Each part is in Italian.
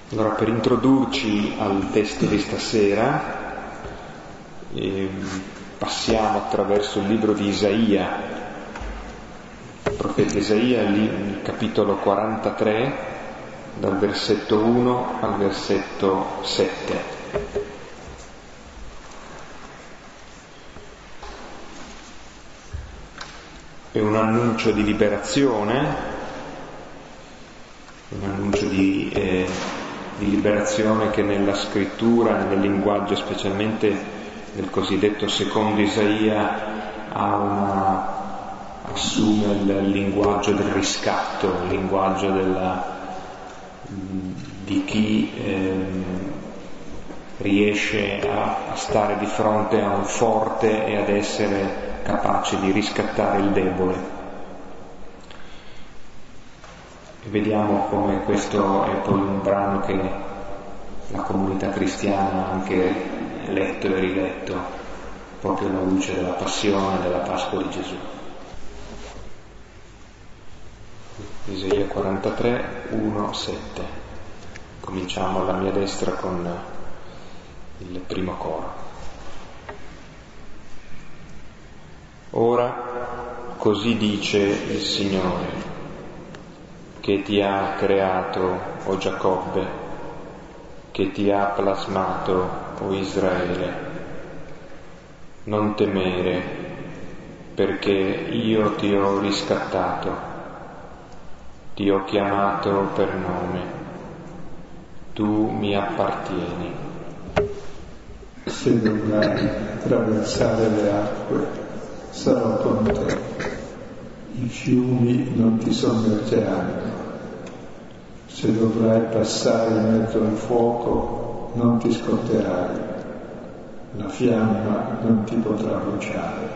Allora, per introdurci al testo di stasera, passiamo attraverso il libro di Isaia, il profeta Isaia, il capitolo 43, dal versetto 1 al versetto 7. È un annuncio di liberazione, un annuncio di liberazione che nella scrittura, nel linguaggio specialmente del cosiddetto secondo Isaia, assume il linguaggio del riscatto, il linguaggio di chi riesce a stare di fronte a un forte e ad essere capace di riscattare il debole. E vediamo come questo è poi un brano che la comunità cristiana ha anche letto e riletto proprio alla luce della passione, della Pasqua di Gesù. Isaia 43, 1, 7. Cominciamo alla mia destra con il primo coro. Ora così dice il Signore, che ti ha creato, o Giacobbe, che ti ha plasmato, o Israele. Non temere, perché io ti ho riscattato, ti ho chiamato per nome, tu mi appartieni. Se dovrai attraversare le acque, sarò con te. I fiumi non ti sommergeranno. Se dovrai passare in mezzo al fuoco, non ti scotterai. La fiamma non ti potrà bruciare.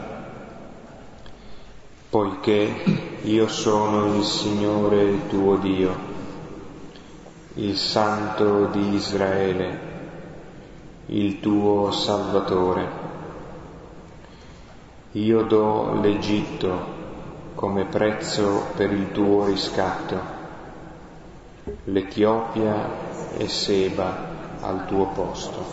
Poiché io sono il Signore tuo Dio, il Santo di Israele, il tuo Salvatore. Io do l'Egitto come prezzo per il tuo riscatto, l'Etiopia e Seba al tuo posto.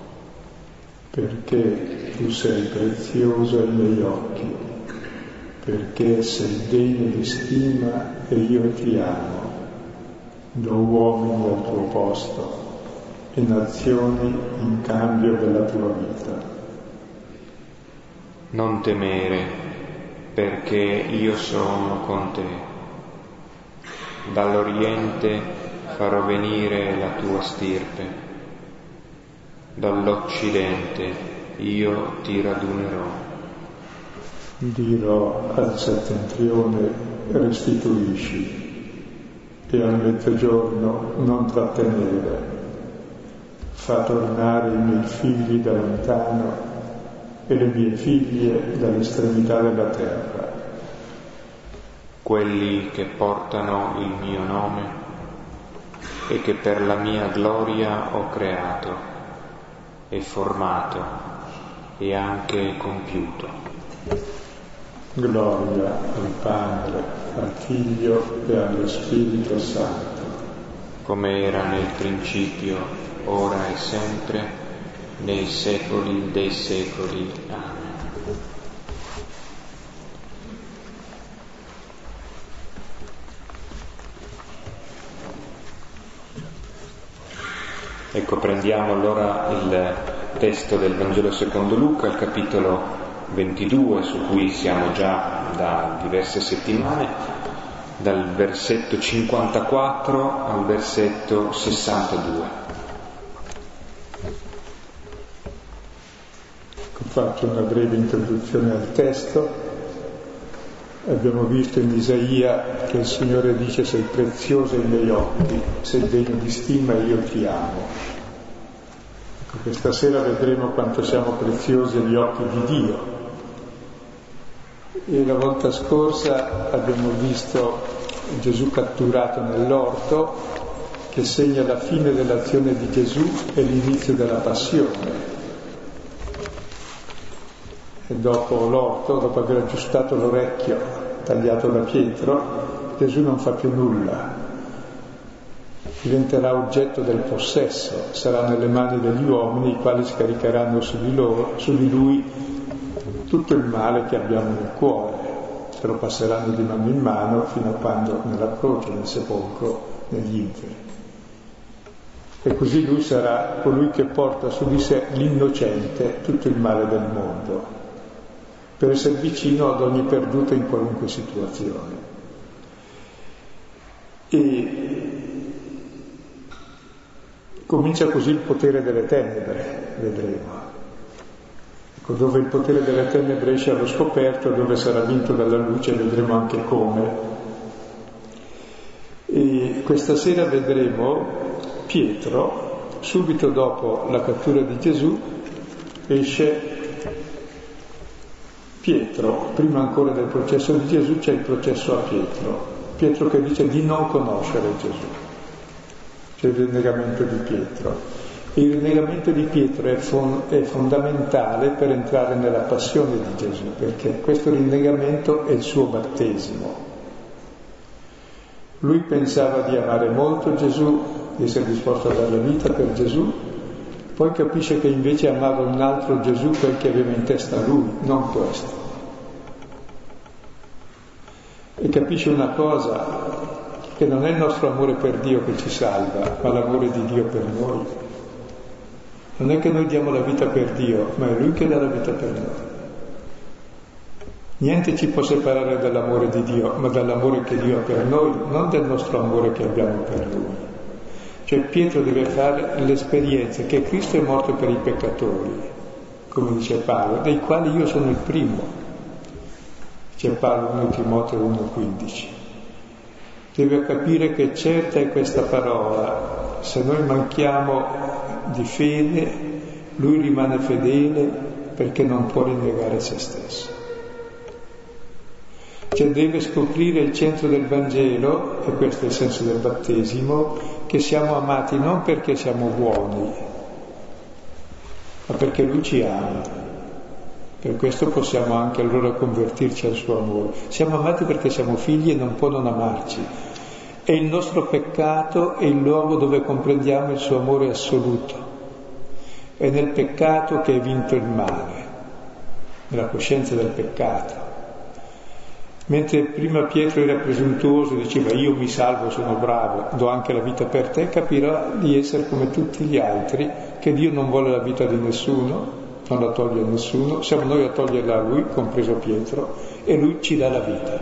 Perché tu sei prezioso ai miei occhi, perché sei degno di stima e io ti amo. Do uomini al tuo posto e nazioni in cambio della tua vita. Non temere, perché io sono con te. Dall'Oriente farò venire la tua stirpe, dall'Occidente io ti radunerò. Dirò al settentrione restituisci, e al mezzogiorno non trattenere. Fa tornare i miei figli da lontano e le mie figlie dall'estremità della terra. Quelli che portano il mio nome e che per la mia gloria ho creato e formato e anche compiuto. Gloria al Padre, al Figlio e allo Spirito Santo. Come era nel principio, ora e sempre, nei secoli dei secoli. Amen. Ecco, prendiamo allora il testo del Vangelo secondo Luca, il capitolo 22, su cui siamo già da diverse settimane, dal versetto 54 al versetto 62. Faccio una breve introduzione al testo. Abbiamo visto in Isaia che il Signore dice: sei prezioso ai miei occhi, sei degno di stima e io ti amo. Ecco, questa sera vedremo quanto siamo preziosi agli occhi di Dio. E la volta scorsa abbiamo visto Gesù catturato nell'orto, che segna la fine dell'azione di Gesù e l'inizio della passione. E dopo l'orto, dopo aver aggiustato l'orecchio tagliato da Pietro, Gesù non fa più nulla. diventerà oggetto del possesso, sarà nelle mani degli uomini, i quali scaricheranno su di lui tutto il male che abbiamo nel cuore, se lo passeranno di mano in mano fino a quando nella croce, nel sepolcro, negli inferi. E così lui sarà colui che porta su di sé l'innocente tutto il male del mondo, per essere vicino ad ogni perduto in qualunque situazione. E comincia così il potere delle tenebre, vedremo. Ecco, dove il potere delle tenebre esce allo scoperto, dove sarà vinto dalla luce, vedremo anche come. E questa sera vedremo Pietro, subito dopo la cattura di Gesù, esce Pietro, prima ancora del processo di Gesù c'è il processo a Pietro. Pietro che dice di non conoscere Gesù. C'è il rinnegamento di Pietro. E il rinnegamento di Pietro è fondamentale per entrare nella passione di Gesù, perché questo rinnegamento è il suo battesimo. Lui pensava di amare molto Gesù, di essere disposto a dare la vita per Gesù, poi capisce che invece amava un altro Gesù, quel che aveva in testa lui, non questo. E capisce una cosa, che non è il nostro amore per Dio che ci salva, ma l'amore di Dio per noi. Non è che noi diamo la vita per Dio, ma è Lui che dà la vita per noi. Niente ci può separare dall'amore di Dio, ma dall'amore che Dio ha per noi, non del nostro amore che abbiamo per Lui. Cioè Pietro deve fare l'esperienza che Cristo è morto per i peccatori, come dice Paolo, dei quali io sono il primo. Dice Paolo 1 Timoteo 1,15. Deve capire che certa è questa parola, se noi manchiamo di fede, Lui rimane fedele perché non può rinnegare se stesso. Cioè deve scoprire il centro del Vangelo, e questo è il senso del battesimo, che siamo amati non perché siamo buoni, ma perché Lui ci ama. Per questo possiamo anche allora convertirci al suo amore. Siamo amati perché siamo figli e non può non amarci. E il nostro peccato è il luogo dove comprendiamo il suo amore assoluto. È nel peccato che è vinto il male, nella coscienza del peccato. Mentre prima Pietro era presuntuoso, diceva io mi salvo, sono bravo, do anche la vita per te, capirà di essere come tutti gli altri, che Dio non vuole la vita di nessuno, non la toglie a nessuno, siamo noi a toglierla a Lui, compreso Pietro, e Lui ci dà la vita.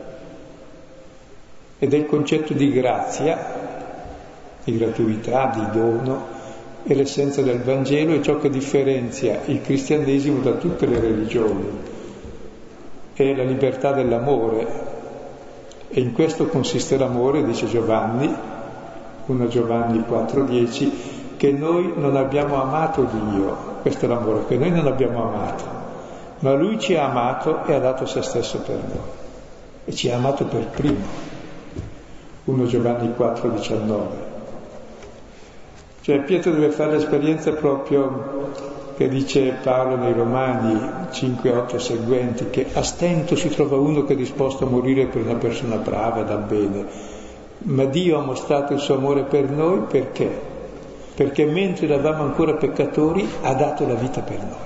Ed è il concetto di grazia, di gratuità, di dono, è l'essenza del Vangelo, è ciò che differenzia il cristianesimo da tutte le religioni. È la libertà dell'amore, e in questo consiste l'amore, dice Giovanni, 1 Giovanni 4,10, che noi non abbiamo amato Dio, questo è l'amore, che noi non abbiamo amato, ma Lui ci ha amato e ha dato se stesso per noi, e ci ha amato per primo, 1 Giovanni 4,19. Cioè Pietro deve fare l'esperienza proprio che dice Paolo nei Romani 5,8 seguenti, che a stento si trova uno che è disposto a morire per una persona brava, da bene, ma Dio ha mostrato il suo amore per noi perché? Perché mentre eravamo ancora peccatori ha dato la vita per noi.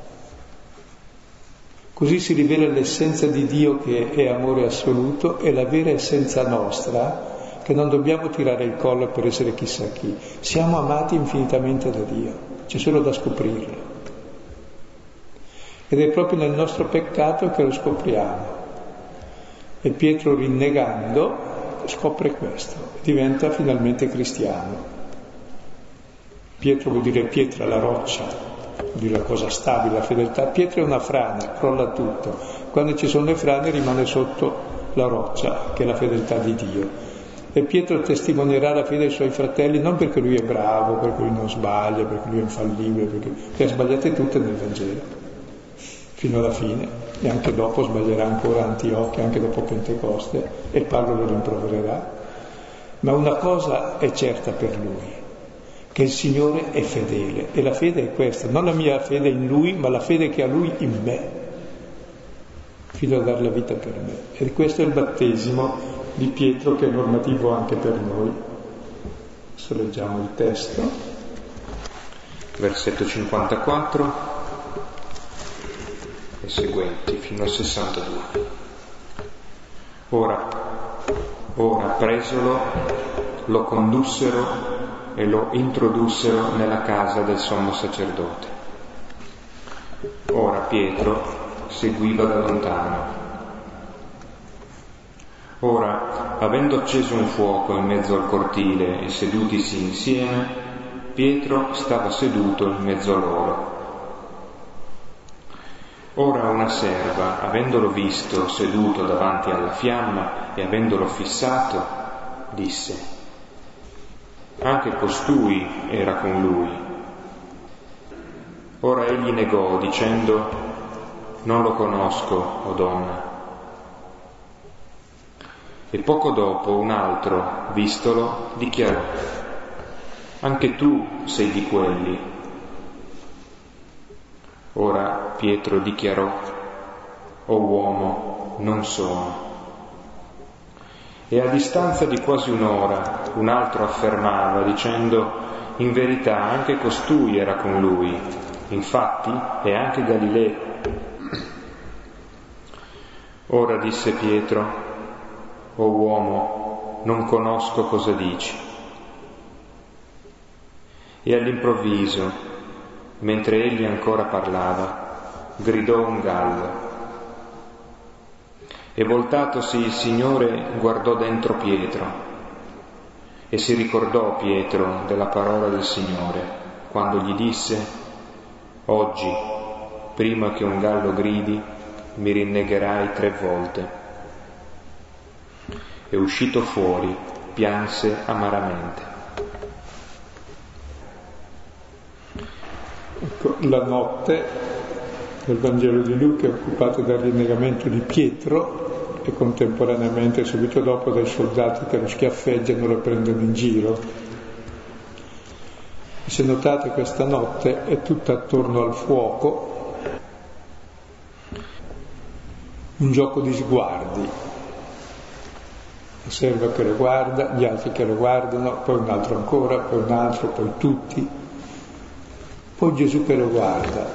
Così si rivela l'essenza di Dio che è amore assoluto e la vera essenza nostra, che non dobbiamo tirare il collo per essere chissà chi. Siamo amati infinitamente da Dio. C'è solo da scoprirlo. Ed è proprio nel nostro peccato che lo scopriamo. E Pietro, rinnegando, scopre questo, diventa finalmente cristiano. Pietro vuol dire pietra, la roccia, vuol dire la cosa stabile, la fedeltà. Pietro è una frana, crolla tutto. Quando ci sono le frane rimane sotto la roccia, che è la fedeltà di Dio. E Pietro testimonierà la fede dei suoi fratelli non perché lui è bravo, perché lui non sbaglia, perché lui è infallibile, perché le ha sbagliate tutte nel Vangelo, fino alla fine, e anche dopo sbaglierà ancora a Antiochia, anche dopo Pentecoste, e Paolo lo rimprovererà. Ma una cosa è certa per lui, che il Signore è fedele, e la fede è questa, non la mia fede in Lui, ma la fede che ha Lui in me, fino a dare la vita per me. E questo è il battesimo di Pietro, che è normativo anche per noi. Adesso leggiamo il testo. Versetto 54 e seguenti, fino al 62. Ora, presolo, lo condussero e lo introdussero nella casa del sommo sacerdote. Ora Pietro seguiva da lontano. Ora, avendo acceso un fuoco in mezzo al cortile e sedutisi insieme, Pietro stava seduto in mezzo a loro. Ora una serva, avendolo visto seduto davanti alla fiamma e avendolo fissato, disse: anche costui era con lui. Ora egli negò, dicendo: non lo conosco, o donna. E poco dopo un altro, vistolo, dichiarò: anche tu sei di quelli. Ora Pietro dichiarò: o uomo, non sono. E a distanza di quasi un'ora un altro affermava, dicendo: in verità anche costui era con lui, infatti è anche Galileo. Ora disse Pietro: o uomo, non conosco cosa dici. E all'improvviso, mentre egli ancora parlava, gridò un gallo. E voltatosi il Signore guardò dentro Pietro, e si ricordò Pietro della parola del Signore, quando gli disse: oggi, prima che un gallo gridi, mi rinnegherai 3 volte. E uscito fuori, pianse amaramente. Ecco, la notte del Vangelo di Luca è occupata dal rinnegamento di Pietro e contemporaneamente, subito dopo, dai soldati che lo schiaffeggiano e lo prendono in giro. Se notate, questa notte è tutta attorno al fuoco, un gioco di sguardi. La serva che lo guarda, gli altri che lo guardano, poi un altro ancora, poi un altro, poi tutti, poi Gesù che lo guarda.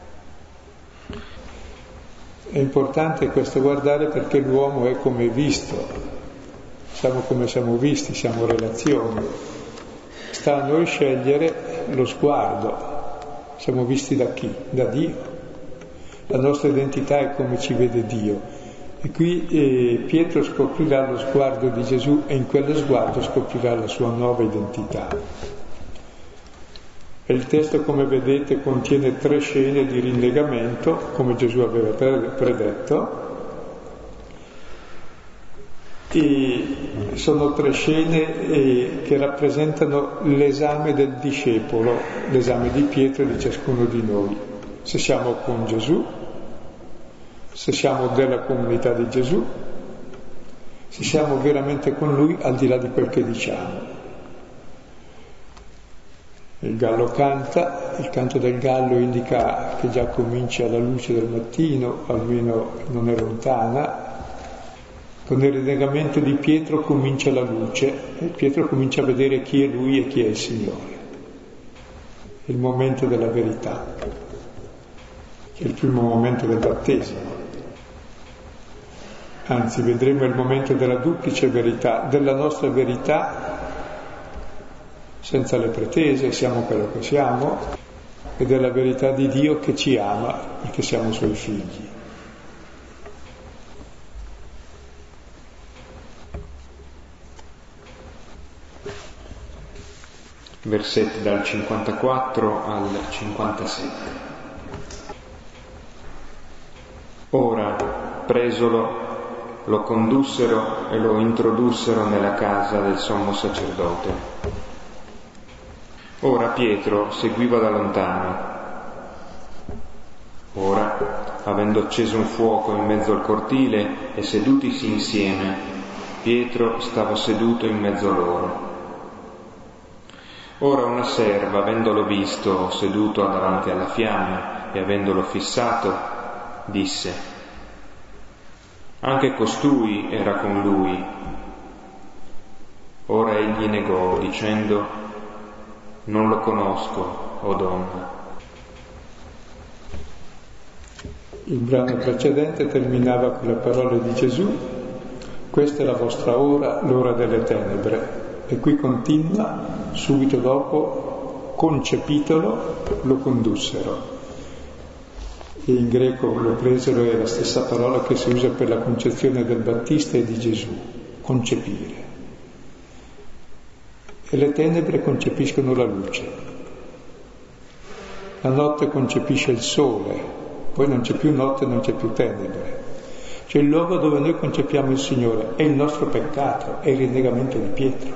È importante questo guardare, perché l'uomo è come visto, siamo come siamo visti, siamo relazioni. Sta a noi scegliere lo sguardo. Siamo visti da chi? Da Dio. La nostra identità è come ci vede Dio. E qui Pietro scoprirà lo sguardo di Gesù, e in quello sguardo scoprirà la sua nuova identità. E il testo, come vedete, contiene 3 scene di rinnegamento, come Gesù aveva predetto, e sono 3 scene che rappresentano l'esame del discepolo, l'esame di Pietro e di ciascuno di noi. Se siamo con Gesù, se siamo della comunità di Gesù, se siamo veramente con Lui al di là di quel che diciamo. Il gallo canta, il canto del gallo indica che già comincia la luce del mattino, almeno non è lontana. Con il rinnegamento di Pietro comincia la luce e Pietro comincia a vedere chi è Lui e chi è il Signore. Il momento della verità, che è il primo momento del battesimo. Anzi, vedremo il momento della duplice verità, della nostra verità senza le pretese, siamo quello che siamo, e della verità di Dio che ci ama perché siamo Suoi figli. Versetti dal 54 al 57. Ora, presolo, lo condussero e lo introdussero nella casa del sommo sacerdote. Ora Pietro seguiva da lontano. Ora, avendo acceso un fuoco in mezzo al cortile e sedutisi insieme, Pietro stava seduto in mezzo a loro. Ora una serva, avendolo visto seduto davanti alla fiamma e avendolo fissato, disse: anche costui era con lui. Ora egli negò, dicendo: non lo conosco, o donna. Il brano precedente terminava con le parole di Gesù: questa è la vostra ora, l'ora delle tenebre. E qui continua, subito dopo, concepitolo, lo condussero. E in greco lo presero, è la stessa parola che si usa per la concezione del Battista e di Gesù, concepire. E le tenebre concepiscono la luce. La notte concepisce il sole, poi non c'è più notte, non c'è più tenebre. Cioè il luogo dove noi concepiamo il Signore è il nostro peccato, è il rinnegamento di Pietro.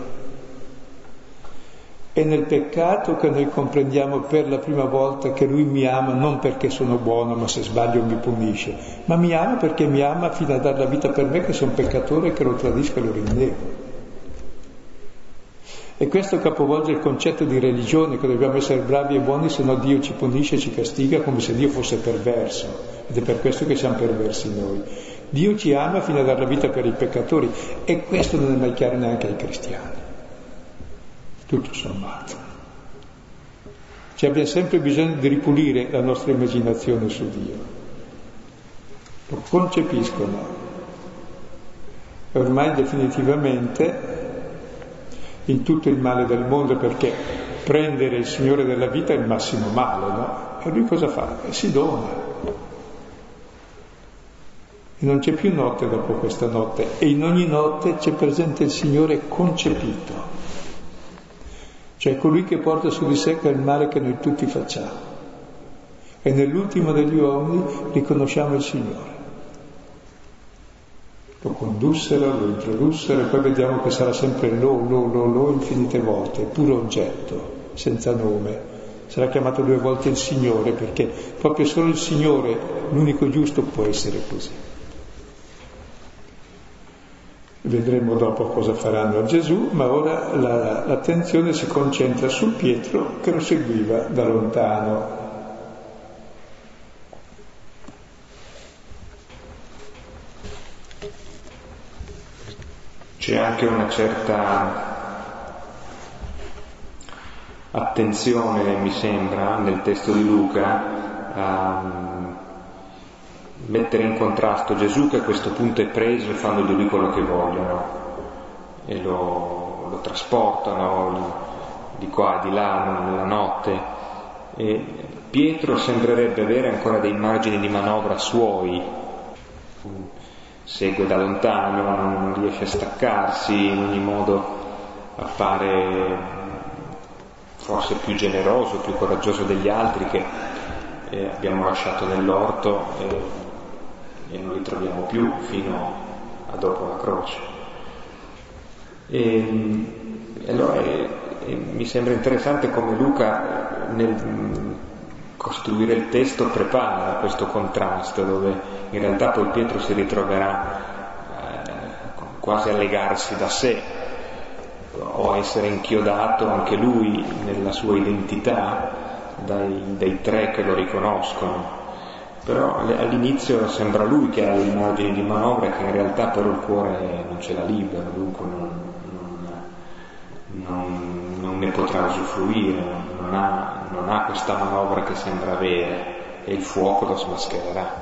È nel peccato che noi comprendiamo per la prima volta che Lui mi ama non perché sono buono, ma se sbaglio mi punisce, ma mi ama perché mi ama fino a dare la vita per me che sono peccatore, che lo tradisco e lo rinnego. E questo capovolge il concetto di religione, che dobbiamo essere bravi e buoni, se no Dio ci punisce e ci castiga come se Dio fosse perverso. Ed è per questo che siamo perversi noi. Dio ci ama fino a dare la vita per i peccatori, e questo non è mai chiaro neanche ai cristiani. Tutto sommato. Cioè abbiamo sempre bisogno di ripulire la nostra immaginazione su Dio. Lo concepiscono. E ormai definitivamente in tutto il male del mondo, perché prendere il Signore della vita è il massimo male, no? E Lui cosa fa? Si dona. E non c'è più notte dopo questa notte, e in ogni notte c'è presente il Signore concepito. Cioè colui che porta su di sé quel male che noi tutti facciamo. E nell'ultimo degli uomini riconosciamo il Signore. Lo condussero, lo introdussero, e poi vediamo che sarà sempre lo infinite volte, puro oggetto, senza nome. Sarà chiamato 2 volte il Signore, perché proprio solo il Signore, l'unico giusto, può essere così. Vedremo dopo cosa faranno a Gesù, ma ora l'attenzione si concentra su Pietro che lo seguiva da lontano. C'è anche una certa attenzione, mi sembra, nel testo di Luca a mettere in contrasto Gesù, che a questo punto è preso, e fanno di lui quello che vogliono e lo trasportano di qua e di là nella notte, e Pietro sembrerebbe avere ancora dei margini di manovra suoi, segue da lontano, non riesce a staccarsi, in ogni modo appare forse più generoso, più coraggioso degli altri che abbiamo lasciato nell'orto e non li troviamo più fino a dopo la croce. E allora mi sembra interessante come Luca nel costruire il testo prepara questo contrasto, dove in realtà poi Pietro si ritroverà quasi a legarsi da sé o a essere inchiodato anche lui nella sua identità dai 3 che lo riconoscono. Però all'inizio sembra lui che ha i margini di manovra, che in realtà però il cuore non ce l'ha libero, dunque non ne potrà usufruire, non ha questa manovra che sembra avere, e il fuoco lo smaschererà.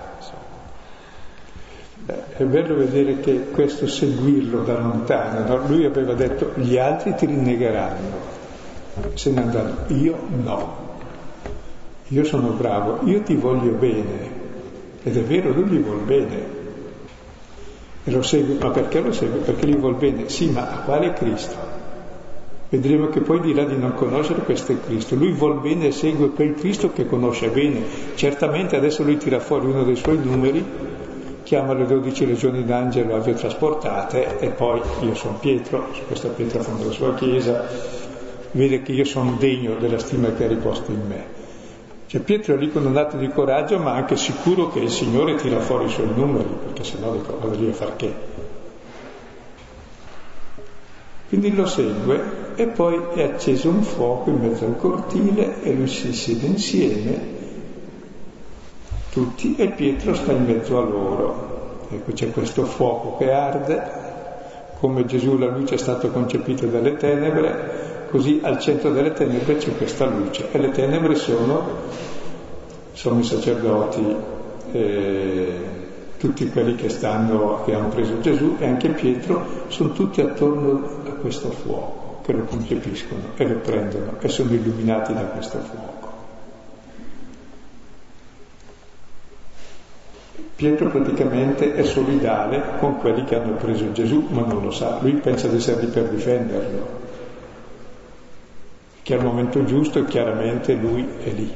È bello vedere che questo seguirlo da lontano, no? Lui aveva detto: gli altri ti rinnegheranno, se ne andranno, io no. Io sono bravo, io ti voglio bene. Ed è vero, lui gli vuol bene. E lo segue, ma perché lo segue? Perché gli vuol bene. Sì, ma a quale Cristo? Vedremo che poi dirà di non conoscere questo Cristo. Lui vuol bene e segue quel Cristo che conosce bene. Certamente adesso lui tira fuori uno dei suoi numeri, chiama le 12 legioni d'angelo, le avvio trasportate, e poi io sono Pietro, su questa pietra fonda la sua chiesa, vede che io sono degno della stima che ha riposto in me. Cioè Pietro è lì con un atto di coraggio, ma anche sicuro che il Signore tira fuori i suoi numeri, perché sennò vado lì a far che. Quindi lo segue, e poi è acceso un fuoco in mezzo al cortile e lui si siede insieme, tutti, e Pietro sta in mezzo a loro. Ecco, c'è questo fuoco che arde come Gesù la luce è stato concepito dalle tenebre, così al centro delle tenebre c'è questa luce, e le tenebre sono i sacerdoti, tutti quelli che hanno preso Gesù, e anche Pietro, sono tutti attorno a questo fuoco, che lo concepiscono e lo prendono e sono illuminati da questo fuoco. Pietro praticamente è solidale con quelli che hanno preso Gesù, ma non lo sa, lui pensa di essere lì per difenderlo, che al momento giusto chiaramente lui è lì.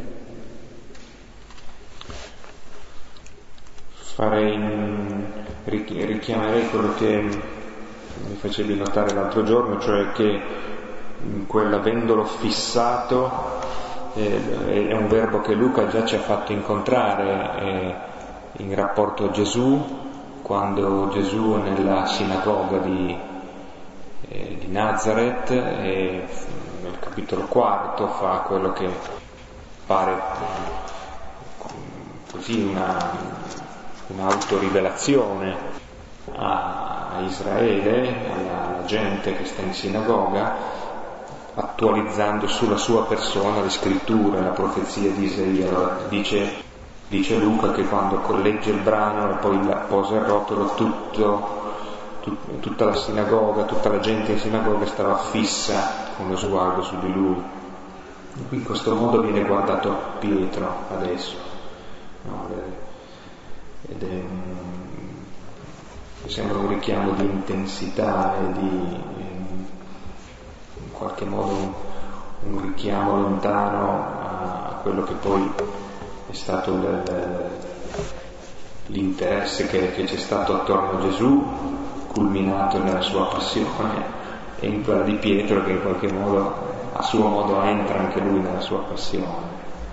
Richiamerei quello che mi facevi notare l'altro giorno, cioè che quell'avendolo fissato è un verbo che Luca già ci ha fatto incontrare in rapporto a Gesù, quando Gesù nella sinagoga di Nazareth, nel capitolo 4, fa quello che pare così un'autorivelazione a Israele, alla gente che sta in sinagoga, attualizzando sulla sua persona le scritture, la profezia di Isaia. Allora, dice Luca che quando legge il brano e poi posa il rotolo, tutta la sinagoga, tutta la gente in sinagoga stava fissa con lo sguardo su di lui. In questo modo viene guardato Pietro adesso, no? Ed mi sembra un richiamo di intensità e in qualche modo un richiamo lontano a quello che poi è stato l'interesse che c'è stato attorno a Gesù, culminato nella sua passione, e in quella di Pietro, che in qualche modo a suo modo entra anche lui nella sua passione.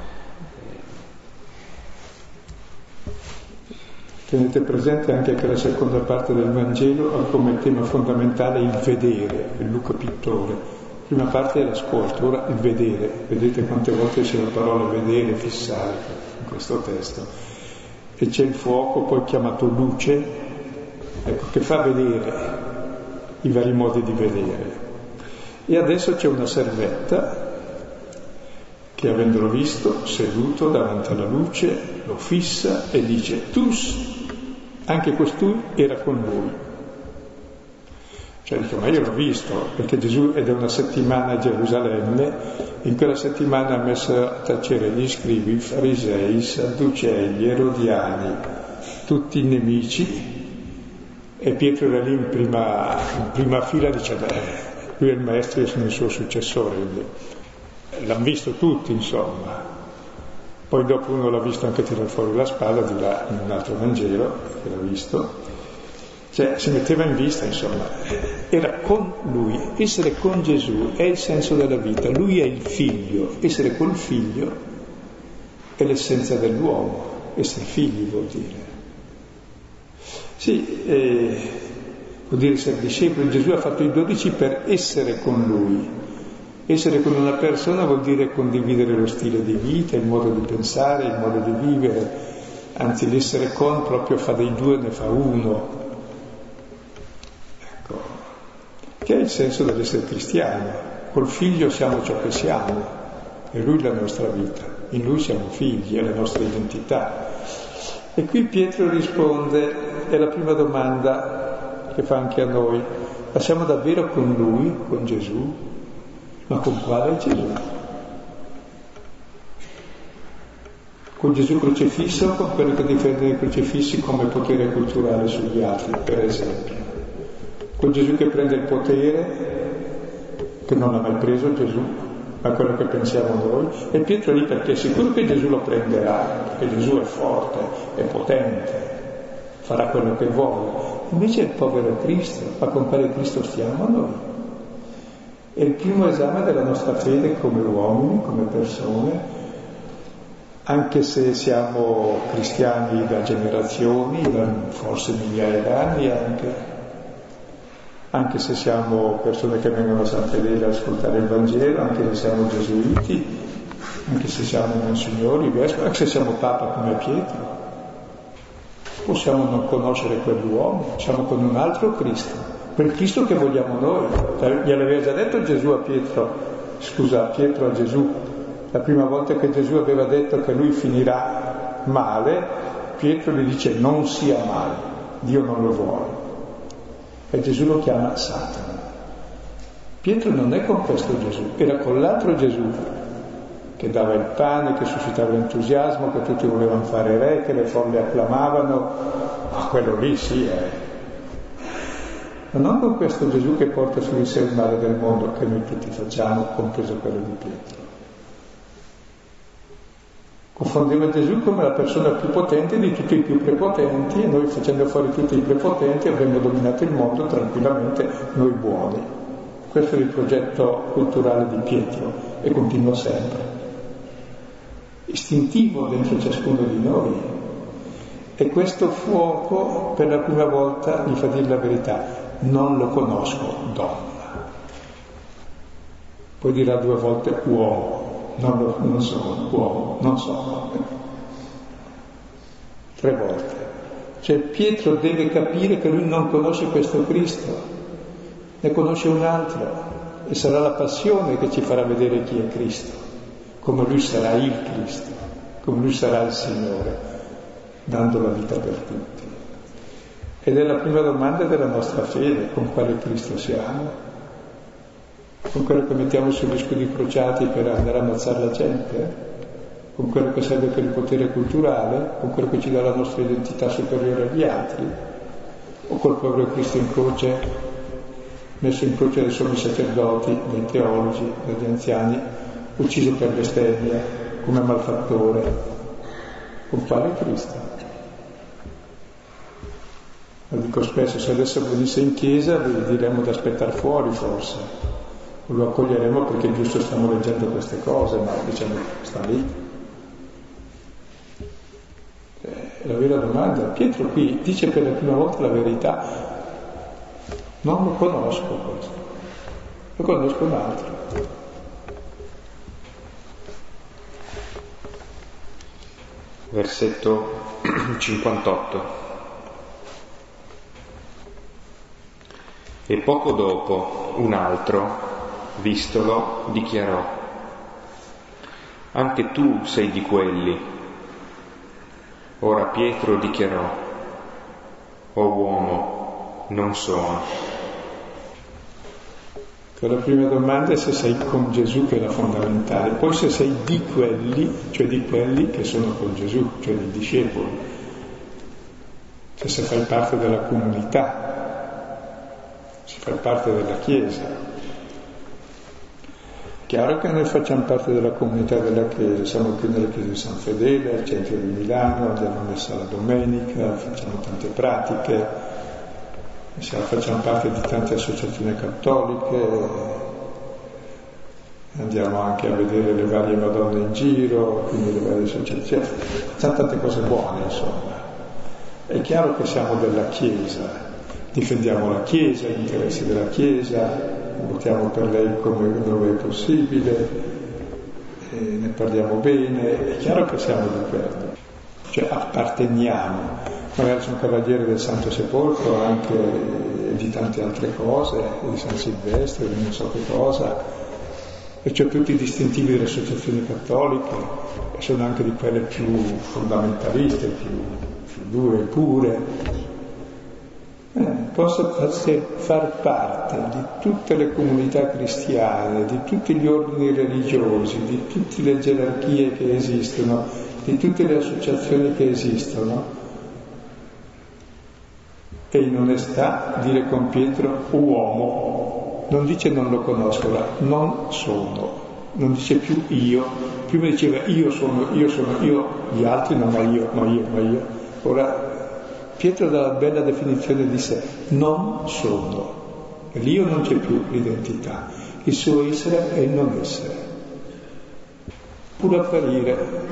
Tenete presente anche che la seconda parte del Vangelo ha come tema fondamentale il vedere, il Luca pittore. La prima parte è l'ascolto, ora il vedere. Vedete quante volte c'è la parola vedere, fissare in questo testo. E c'è il fuoco, poi chiamato luce, ecco, che fa vedere i vari modi di vedere. E adesso c'è una servetta che, avendolo visto, seduto davanti alla luce, lo fissa e dice: Tus, anche costui era con lui. Cioè dice: ma io l'ho visto, perché Gesù è da una settimana a Gerusalemme, in quella settimana ha messo a tacere gli scribi, i farisei, i sadducei, gli erodiani, tutti i nemici, e Pietro era lì in prima fila, dice: lui è il maestro, io sono il suo successore. L'hanno visto tutti, insomma. Poi dopo uno l'ha visto anche tirare fuori la spada, di là in un altro Vangelo che l'ha visto. Cioè si metteva in vista, insomma, era con lui. Essere con Gesù è il senso della vita, lui è il figlio, essere col figlio è l'essenza dell'uomo, essere figli vuol dire. Sì, vuol dire essere discepoli. Gesù ha fatto i 12 per essere con lui. Essere con una persona vuol dire condividere lo stile di vita, il modo di pensare, il modo di vivere, anzi l'essere con proprio fa dei due, ne fa uno. Ecco, che è il senso dell'essere cristiano. Col figlio siamo ciò che siamo, è lui la nostra vita, in lui siamo figli, è la nostra identità. E qui Pietro risponde, è la prima domanda che fa anche a noi: ma siamo davvero con lui, con Gesù? Ma con quale Gesù? Con Gesù crocifisso o con quello che difende i crocifissi come potere culturale sugli altri, per esempio? Con Gesù che prende il potere, che non l'ha mai preso Gesù, ma quello che pensiamo noi? E Pietro è lì perché è sicuro che Gesù lo prenderà, perché Gesù è forte, è potente, farà quello che vuole. Invece è il povero Cristo, ma con quale Cristo stiamo noi? È il primo esame della nostra fede come uomini, come persone, anche se siamo cristiani da generazioni, da forse migliaia d'anni anche se siamo persone che vengono a San Fedele ad ascoltare il Vangelo, anche se siamo gesuiti, anche se siamo monsignori, vescovi, anche se siamo Papa come Pietro. Possiamo non conoscere quell'uomo, siamo con un altro Cristo, quel Cristo che vogliamo noi. Gliel'aveva già detto Gesù a Pietro, Pietro a Gesù, la prima volta che Gesù aveva detto che lui finirà male, Pietro gli dice non sia male, Dio non lo vuole. E Gesù lo chiama Satana. Pietro non è con questo Gesù, era con l'altro Gesù, che dava il pane, che suscitava entusiasmo, che tutti volevano fare re, che le folle acclamavano, ma quello lì sì è. Ma non con questo Gesù che porta su di sé il male del mondo, che noi tutti facciamo, compreso quello di Pietro. Confondeva Gesù come la persona più potente di tutti i più prepotenti, e noi facendo fuori tutti i prepotenti avremmo dominato il mondo tranquillamente, noi buoni. Questo è il progetto culturale di Pietro e continua sempre. Istintivo dentro ciascuno di noi. E questo fuoco per la prima volta gli fa dire la verità: non lo conosco, donna. Poi dirà 2 volte uomo, non sono, uomo, non sono. 3 volte. Cioè Pietro deve capire che lui non conosce questo Cristo, ne conosce un altro, e sarà la passione che ci farà vedere chi è Cristo, come lui sarà il Cristo, come lui sarà il Signore, dando la vita per tutti. Ed è la prima domanda della nostra fede: con quale Cristo siamo? Con quello che mettiamo sugli scudi crociati per andare a ammazzare la gente? Con quello che serve per il potere culturale? Con quello che ci dà la nostra identità superiore agli altri? O col povero Cristo in croce, messo in croce dai sommi sacerdoti, dai teologi, dagli anziani, ucciso per bestemmia, come malfattore? Con quale Cristo? Lo dico spesso, se adesso venisse in chiesa vi diremmo di aspettare fuori forse, lo accoglieremo perché è giusto, stiamo leggendo queste cose, ma diciamo sta lì. È la vera domanda. Pietro qui dice per la prima volta la verità: non lo conosco questo, lo conosco un altro. Versetto 58. E poco dopo un altro, vistolo, dichiarò: anche tu sei di quelli. Ora Pietro dichiarò: o uomo, non sono. La prima domanda è se sei con Gesù, che è la fondamentale, poi se sei di quelli, cioè di quelli che sono con Gesù, cioè dei discepoli, cioè se fai parte della comunità, se fai parte della Chiesa. Chiaro che noi facciamo parte della comunità della Chiesa, siamo qui nella Chiesa di San Fedele, al centro di Milano, andiamo a messa la domenica, facciamo tante pratiche, facciamo parte di tante associazioni cattoliche, andiamo anche a vedere le varie Madonne in giro, quindi le varie associazioni, facciamo tante cose buone, insomma. È chiaro che siamo della Chiesa, difendiamo la Chiesa, gli interessi della Chiesa, votiamo per lei come dove è possibile, ne parliamo bene, è chiaro che siamo di quello, cioè apparteniamo. Magari sono cavaliere del Santo Sepolcro, anche di tante altre cose, di San Silvestre, di non so che cosa, e c'è tutti i distintivi delle associazioni cattoliche, e sono anche di quelle più fondamentaliste, più dure e pure. Posso far parte di tutte le comunità cristiane, di tutti gli ordini religiosi, di tutte le gerarchie che esistono, di tutte le associazioni che esistono, e in onestà dire con Pietro uomo, non dice non lo conosco, non sono, non dice più io, prima diceva io sono, gli altri no, ma io. Ora Pietro dà la bella definizione di sé: non sono, e l'io non c'è più l'identità, il suo essere è il non essere, pur apparire.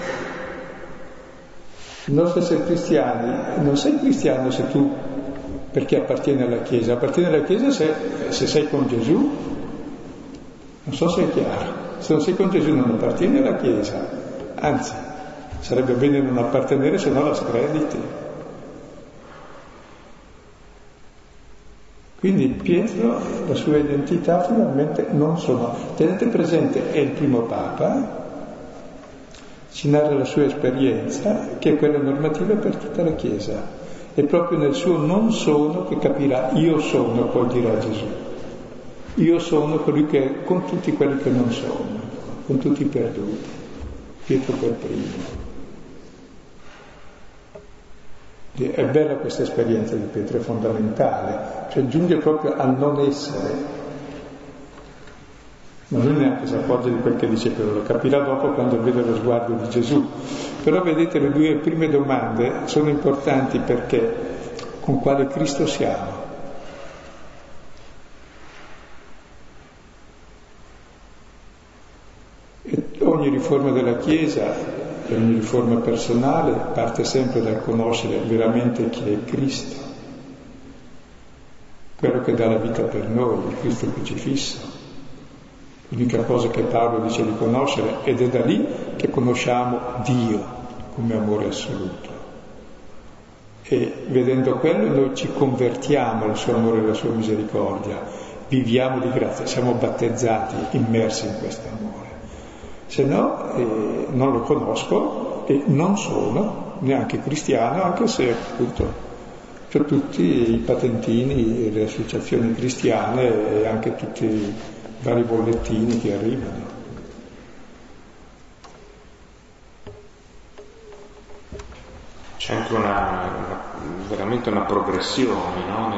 Il nostro essere cristiani, non sei cristiano se tu perché appartieni alla Chiesa se sei con Gesù. Non so se è chiaro, se non sei con Gesù non appartieni alla Chiesa, anzi sarebbe bene non appartenere, se no la screditi. Quindi Pietro, la sua identità finalmente non sono. Tenete presente, è il primo Papa, ci narra la sua esperienza, che è quella normativa per tutta la Chiesa. È proprio nel suo non sono che capirà io sono, poi dirà Gesù. Io sono colui che è con tutti quelli che non sono, con tutti i perduti. Pietro per primo. È bella questa esperienza di Pietro, è fondamentale, cioè giunge proprio al non essere, ma lui neanche si accorge di quel che dice, però lo capirà dopo quando vede lo sguardo di Gesù. Però vedete, le due prime domande sono importanti perché con quale Cristo siamo? E ogni riforma della Chiesa, ogni riforma personale parte sempre dal conoscere veramente chi è Cristo, quello che dà la vita per noi, il Cristo crocifisso, l'unica cosa che Paolo dice di conoscere, ed è da lì che conosciamo Dio come amore assoluto. E vedendo quello noi ci convertiamo al suo amore e alla sua misericordia, viviamo di grazia, siamo battezzati, immersi in questo amore. Se no non lo conosco e non sono neanche cristiano, anche se appunto c'ho tutti i patentini e le associazioni cristiane e anche tutti i vari bollettini che arrivano. C'è anche veramente una progressione, no?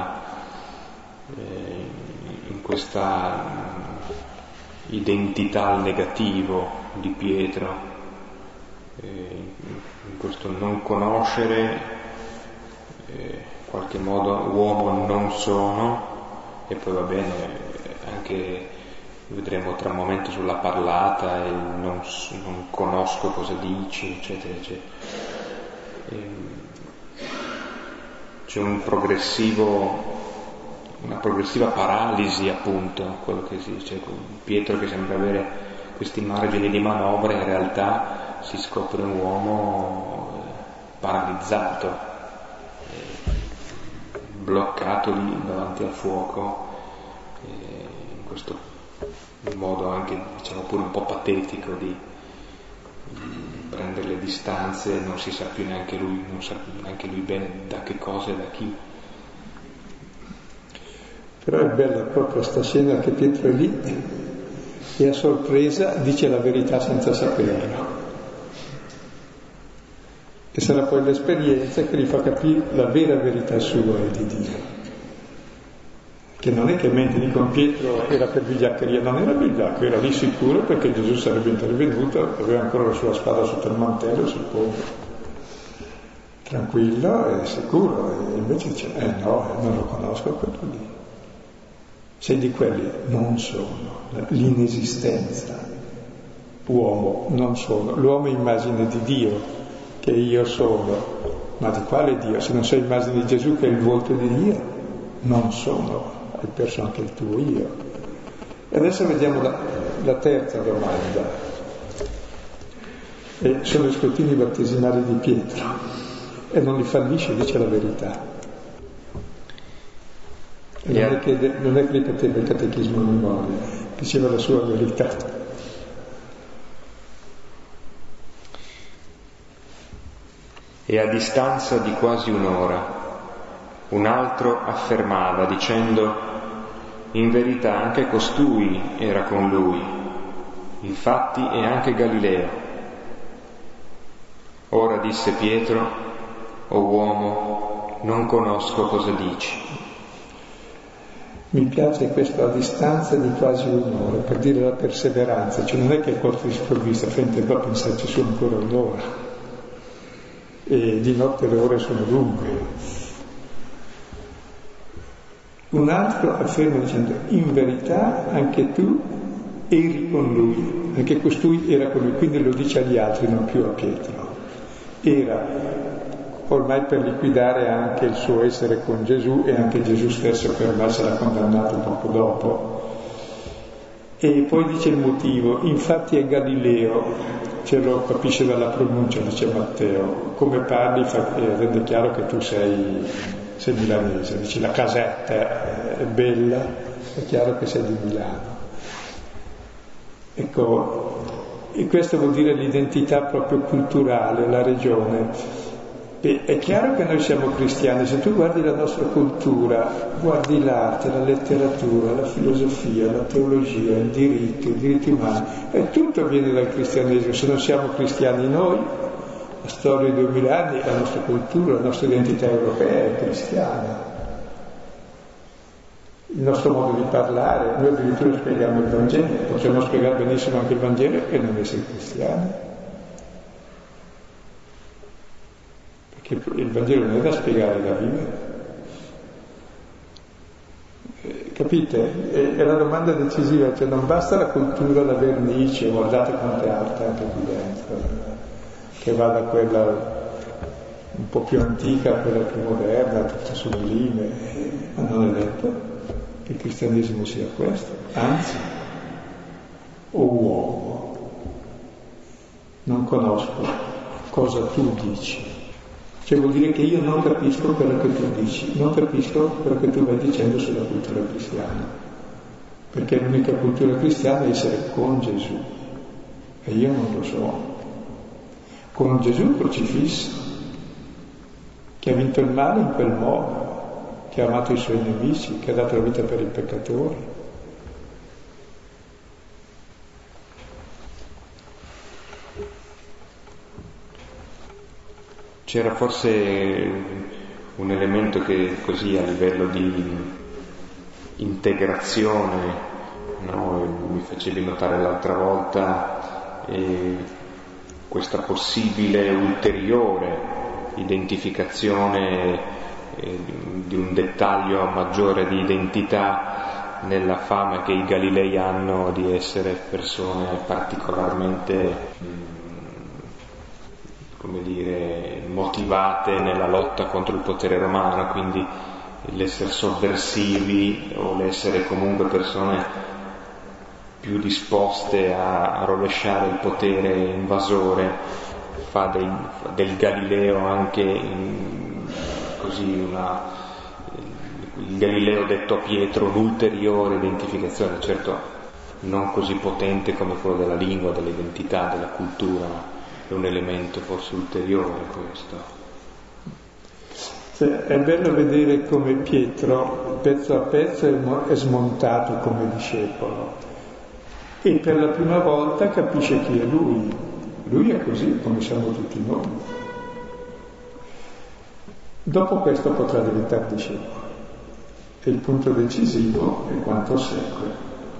In questa identità al negativo di Pietro, in questo non conoscere, in qualche modo uomo non sono, e poi va bene, anche vedremo tra un momento sulla parlata, e non conosco cosa dici, eccetera, eccetera. C'è una progressiva paralisi, appunto, quello che si dice, Pietro che sembra avere questi margini di manovra, in realtà si scopre un uomo paralizzato, bloccato lì davanti al fuoco, in questo modo anche, diciamo, pure un po' patetico di prendere le distanze, non si sa più neanche lui, non sa neanche lui bene da che cosa e da chi. Però è bella proprio sta scena che Pietro è lì e a sorpresa dice la verità senza saperlo. E sarà poi l'esperienza che gli fa capire la vera verità sua e di Dio. Che non è che mente di con Pietro era per vigliaccheria, non era vigliacco, era lì sicuro perché Gesù sarebbe intervenuto, aveva ancora la sua spada sotto il mantello, suppongo. Tranquillo e sicuro, e invece dice, no, non lo conosco quello lì. Sei di quelli, non sono, l'inesistenza, uomo, non sono, l'uomo è immagine di Dio, che io sono, ma di quale Dio? Se non sei immagine di Gesù che è il volto di Dio, non sono, hai perso anche il tuo io. E adesso vediamo la terza domanda, e sono gli scrutini battesimali di Pietro, e non li fallisce, dice la verità. Non è che ripeteva il catechismo a memoria, diceva la sua verità. E a distanza di quasi un'ora un altro affermava dicendo: in verità anche costui era con lui, infatti è anche Galileo. Ora disse Pietro: o uomo, non conosco cosa dici. Mi piace questo a distanza di quasi un'ora, per dire la perseveranza, cioè non è che è colto di sprovvista, frente a pensarci su ancora un'ora, e di notte le ore sono lunghe. Un altro afferma dicendo: in verità anche tu eri con lui, anche costui era con lui, quindi lo dice agli altri, non più a Pietro. Era ormai per liquidare anche il suo essere con Gesù, e anche Gesù stesso che ormai sarà condannato poco dopo. E poi dice il motivo: infatti è Galileo, ce lo capisce dalla pronuncia, dice Matteo, come parli rende chiaro che tu sei sei milanese, dici la casetta è bella, è chiaro che sei di Milano. Ecco, e questo vuol dire l'identità proprio culturale, la regione. E è chiaro che noi siamo cristiani, se tu guardi la nostra cultura, guardi l'arte, la letteratura, la filosofia, la teologia, i diritti umani, e tutto viene dal cristianesimo. Se non siamo cristiani noi, la storia di 2000 anni, la nostra cultura, la nostra identità europea è cristiana. Il nostro modo di parlare, noi addirittura spieghiamo il Vangelo, possiamo spiegare benissimo anche il Vangelo e non essere cristiani. Perché il Vangelo non è da spiegare, è da vivere. Capite? È la domanda decisiva, cioè non basta la cultura, la vernice, guardate quante arte anche qui dentro, che va da quella un po' più antica a quella più moderna, tutta sublime, ma non è detto che il cristianesimo sia questo, anzi, o uomo, non conosco cosa tu dici, cioè vuol dire che io non capisco quello che tu dici, non capisco quello che tu vai dicendo sulla cultura cristiana, perché l'unica cultura cristiana è essere con Gesù, e io non lo so, con Gesù crocifisso, che ha vinto il male in quel modo, che ha amato i suoi nemici, che ha dato la vita per i peccatori. C'era forse un elemento che così a livello di integrazione, no? Mi facevi notare l'altra volta questa possibile ulteriore identificazione di un dettaglio maggiore di identità nella fama che i Galilei hanno di essere persone particolarmente, come dire, motivate nella lotta contro il potere romano, quindi l'essere sovversivi o l'essere comunque persone più disposte a rovesciare il potere invasore fa del Galileo anche così il Galileo detto a Pietro un'ulteriore identificazione, certo non così potente come quello della lingua, dell'identità, della cultura, ma è un elemento forse ulteriore questo. Cioè, è bello vedere come Pietro pezzo a pezzo è smontato come discepolo e per la prima volta capisce chi è lui. Lui è così come siamo tutti noi. Dopo questo potrà diventare discepolo e il punto decisivo è quanto segue.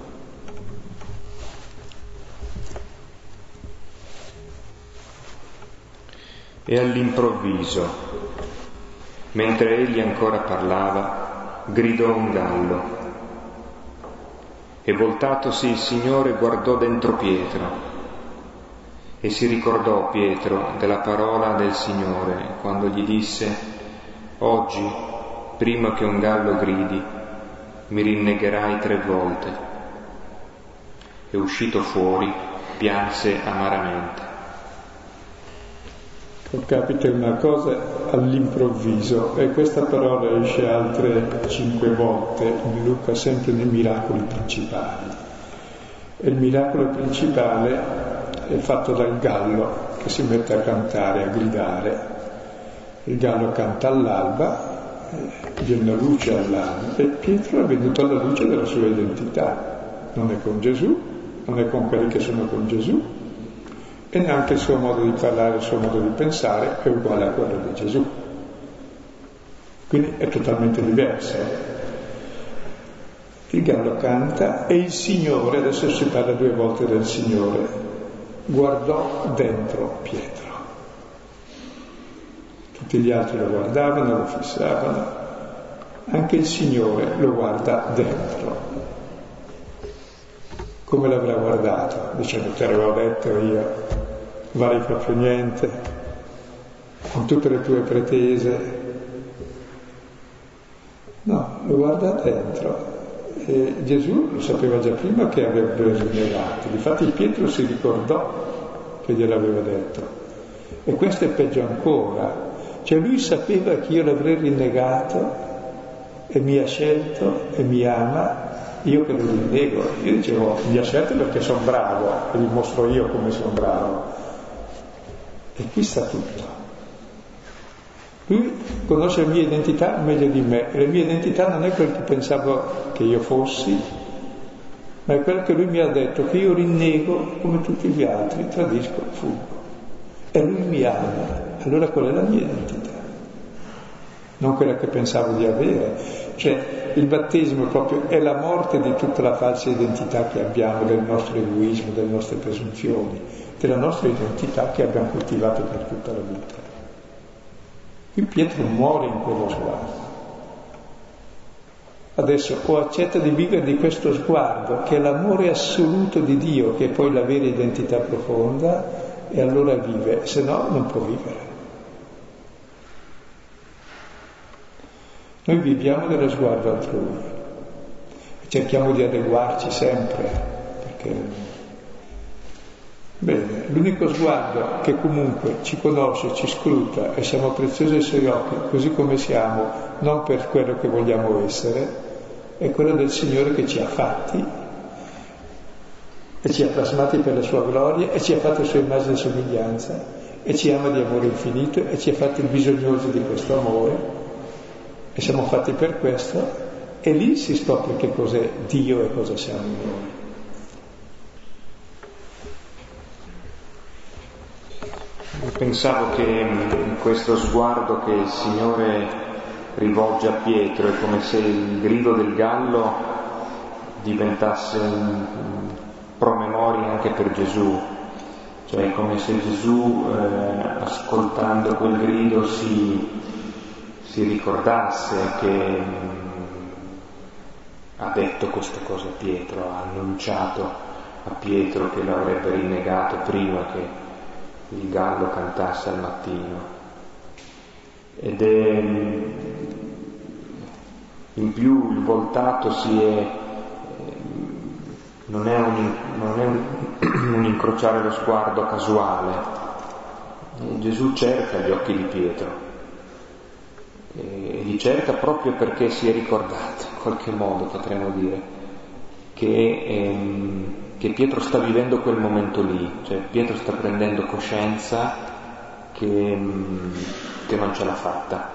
E all'improvviso, mentre egli ancora parlava, gridò un gallo e voltatosi il Signore guardò dentro Pietro e si ricordò Pietro della parola del Signore quando gli disse: oggi, prima che un gallo gridi, mi rinnegherai 3 volte. E uscito fuori, pianse amaramente. Capita una cosa all'improvviso, e questa parola esce altre 5 volte in Luca, sempre nei miracoli principali. E il miracolo principale è fatto dal gallo che si mette a cantare, a gridare. Il gallo canta all'alba, viene la luce all'alba, e Pietro è venuto alla luce della sua identità. Non è con Gesù, non è con quelli che sono con Gesù, e neanche il suo modo di parlare, il suo modo di pensare è uguale a quello di Gesù. Quindi è totalmente diverso. Il gallo canta e il Signore, adesso si parla 2 volte del Signore, guardò dentro Pietro. Tutti gli altri lo guardavano, lo fissavano, anche il Signore lo guarda dentro. Come l'avrà guardato? Dicendo: te l'avevo detto io, vali proprio niente, con tutte le tue pretese. No, lo guarda dentro. E Gesù lo sapeva già prima che avrebbero rinnegato. Difatti Pietro si ricordò che gliel'aveva detto. E questo è peggio ancora. Cioè lui sapeva che io l'avrei rinnegato e mi ha scelto e mi ama, io che lo rinnego. Io dicevo, mi ha scelto perché sono bravo e gli mostro io come sono bravo. E qui sta tutto. Lui conosce la mia identità meglio di me, e la mia identità non è quel che pensavo che io fossi, ma è quello che lui mi ha detto, che io rinnego come tutti gli altri, tradisco, fuggo. E lui mi ama, allora qual è la mia identità? Non quella che pensavo di avere. Cioè il battesimo proprio è la morte di tutta la falsa identità che abbiamo, del nostro egoismo, delle nostre presunzioni, della nostra identità che abbiamo coltivato per tutta la vita. Qui Pietro muore in quello sguardo. Adesso o accetta di vivere di questo sguardo, che è l'amore assoluto di Dio, che è poi la vera identità profonda, e allora vive, se no non può vivere. Noi viviamo dello sguardo altrui e cerchiamo di adeguarci sempre, perché bene, l'unico sguardo che comunque ci conosce, ci scruta e siamo preziosi ai suoi occhi, così come siamo, non per quello che vogliamo essere, è quello del Signore che ci ha fatti e ci ha plasmati per la sua gloria e ci ha fatto la sua immagine e somiglianza e ci ama di amore infinito e ci ha fatti bisognosi di questo amore e siamo fatti per questo, e lì si scopre che cos'è Dio e cosa siamo noi. Pensavo che in questo sguardo che il Signore rivolge a Pietro è come se il grido del gallo diventasse un promemoria anche per Gesù, cioè è come se Gesù ascoltando quel grido si ricordasse che ha detto queste cose a Pietro, ha annunciato a Pietro che lo avrebbe rinnegato prima che il gallo cantasse al mattino. Ed è in più il voltato non è un incrociare lo sguardo casuale. Gesù cerca gli occhi di Pietro e li cerca proprio perché si è ricordato, in qualche modo potremmo dire, che Pietro sta vivendo quel momento lì, cioè Pietro sta prendendo coscienza che non ce l'ha fatta.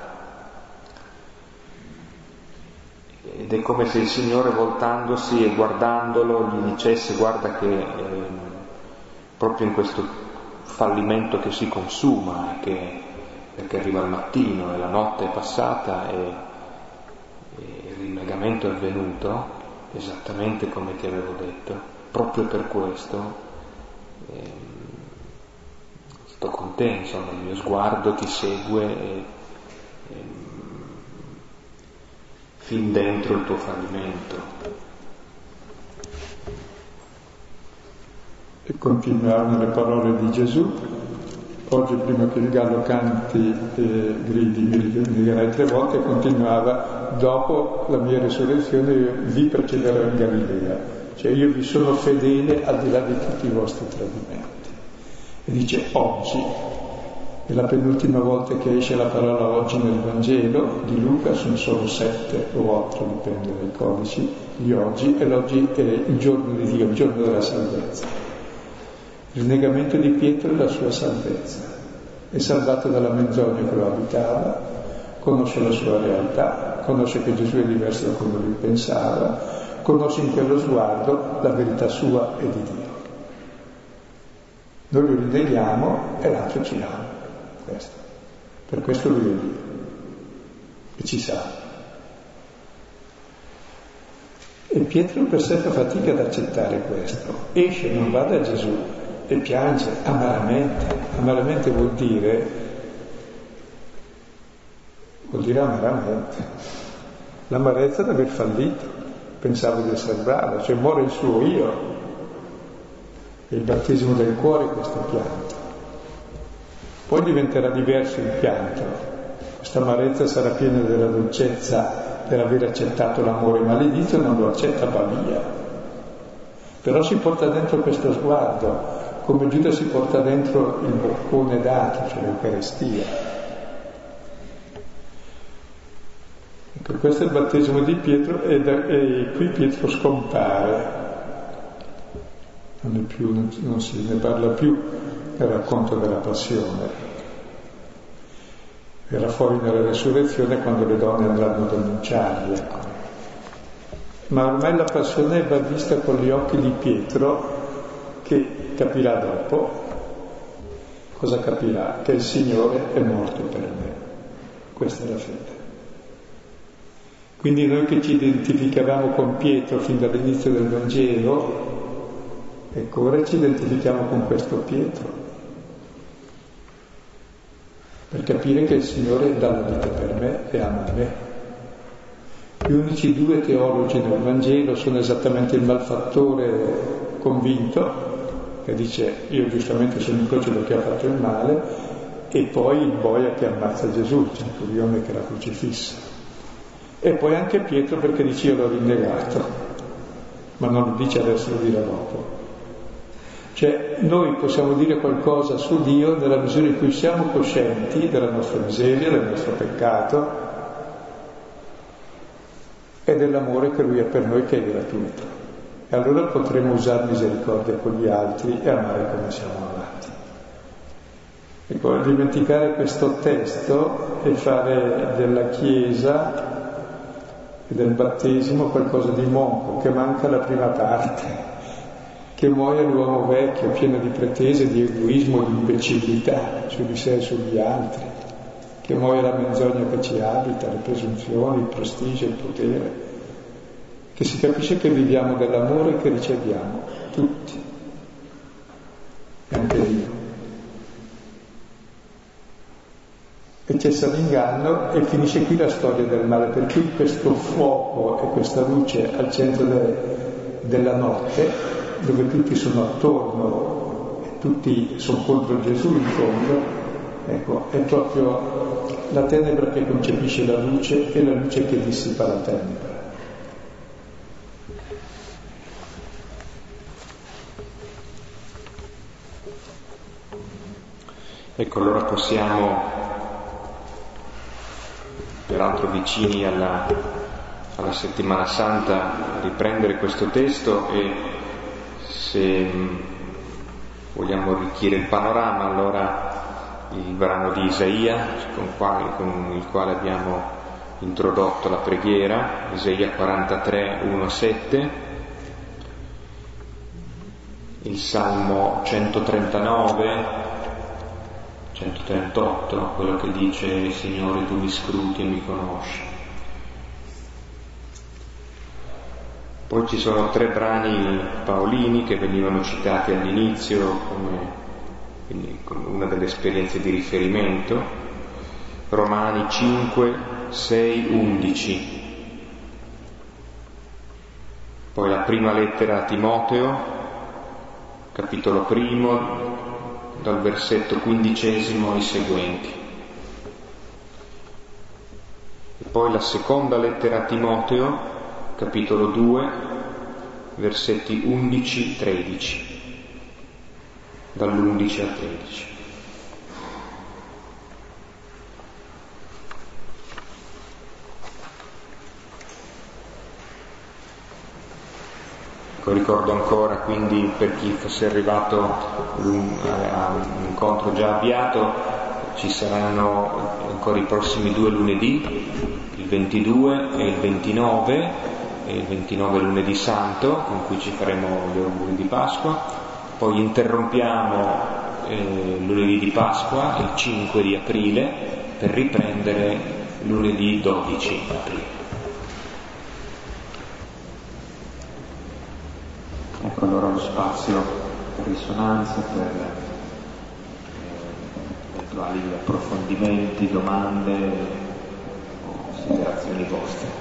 Ed è come se il Signore, voltandosi e guardandolo, gli dicesse: guarda che proprio in questo fallimento che si consuma, perché arriva il mattino e la notte è passata e il rinnegamento è avvenuto esattamente come ti avevo detto, proprio per questo sto con te, insomma, il mio sguardo ti segue fin dentro il tuo fallimento. E continuavano le parole di Gesù: oggi prima che il gallo canti e gridi mi rinnegherai 3 volte, e continuava: dopo la mia risurrezione vi precederò in Galilea, cioè io vi sono fedele al di là di tutti i vostri tradimenti. E dice oggi, è la penultima volta che esce la parola oggi nel Vangelo di Luca, sono solo 7 o 8, dipende dai codici, di oggi, e l'oggi è il giorno di Dio, il giorno della salvezza. Il rinnegamento di Pietro è la sua salvezza, è salvato dalla menzogna che lo abitava, conosce la sua realtà, conosce che Gesù è diverso da come lui pensava, conosce in quello sguardo la verità sua e di Dio. Noi lo rinneghiamo e l'altro ci ama, questo. Per questo lui è Dio e ci sa. E Pietro per sé fa fatica ad accettare questo, esce, non va da Gesù e piange amaramente. Amaramente vuol dire amaramente l'amarezza di aver fallito, pensavo di essere bravo, cioè muore il suo io. È il battesimo del cuore questo pianto. Poi diventerà diverso il pianto, questa amarezza sarà piena della dolcezza per aver accettato l'amore maledetto, non lo accetta, va via. Però si porta dentro questo sguardo, come Giuda si porta dentro il boccone dato, cioè l'Eucaristia. Ecco, questo è il battesimo di Pietro e qui Pietro scompare. Non si ne parla più nel racconto della passione. Verrà fuori nella resurrezione quando le donne andranno ad annunciargli. Ecco. Ma ormai la passione va vista con gli occhi di Pietro, che capirà dopo. Cosa capirà? Che il Signore è morto per me. Questa è la fede. Quindi noi che ci identificavamo con Pietro fin dall'inizio del Vangelo, ecco, ora ci identifichiamo con questo Pietro, per capire che il Signore dà la vita per me e ama me. Gli unici due teologi nel Vangelo sono esattamente il malfattore convinto, che dice io giustamente sono in croce perché ha fatto il male, e poi il boia che ammazza Gesù, cioè il curione che l'ha crocifisso. E poi anche Pietro perché dice io l'ho rinnegato, ma non lo dice adesso, lo dirà dopo. Cioè noi possiamo dire qualcosa su Dio nella misura in cui siamo coscienti della nostra miseria, del nostro peccato e dell'amore che Lui ha per noi, che è gratuito. E allora potremo usare misericordia con gli altri e amare come siamo amati. Ecco, dimenticare questo testo e fare della Chiesa e del battesimo qualcosa di monco, che manca la prima parte, che muoia l'uomo vecchio pieno di pretese, di egoismo, di imbecillità su di sé e sugli altri, che muoia la menzogna che ci abita, le presunzioni, il prestigio, il potere, che si capisce che viviamo dell'amore che riceviamo tutti, e anche Dio. E cessa l'inganno e finisce qui la storia del male, per cui questo fuoco e questa luce al centro della notte, dove tutti sono attorno e tutti sono contro Gesù in fondo, ecco, è proprio la tenebra che concepisce la luce e la luce che dissipa la tenebra. Ecco, allora possiamo, peraltro vicini alla Settimana Santa, riprendere questo testo e, se vogliamo arricchire il panorama, allora il brano di Isaia con il quale abbiamo introdotto la preghiera, Isaia 43, 1-7, il Salmo 139, 138, quello che dice Signore tu mi scruti e mi conosci. Poi ci sono 3 brani paolini che venivano citati all'inizio come una delle esperienze di riferimento, Romani 5, 6, 11. Poi la prima lettera a Timoteo, capitolo 1, dal versetto 15 ai seguenti. E poi la seconda lettera a Timoteo, capitolo 2, versetti 11-13, dall'11 al 13. Ricordo ancora, quindi, per chi fosse arrivato a un incontro già avviato, ci saranno ancora i prossimi 2 lunedì, il 22 e il 29, e il 29 lunedì santo, con cui ci faremo gli auguri di Pasqua. Poi interrompiamo lunedì di Pasqua, il 5 di aprile, per riprendere lunedì 12 aprile. Ecco allora lo spazio per risonanze, per eventuali approfondimenti, domande o considerazioni vostre.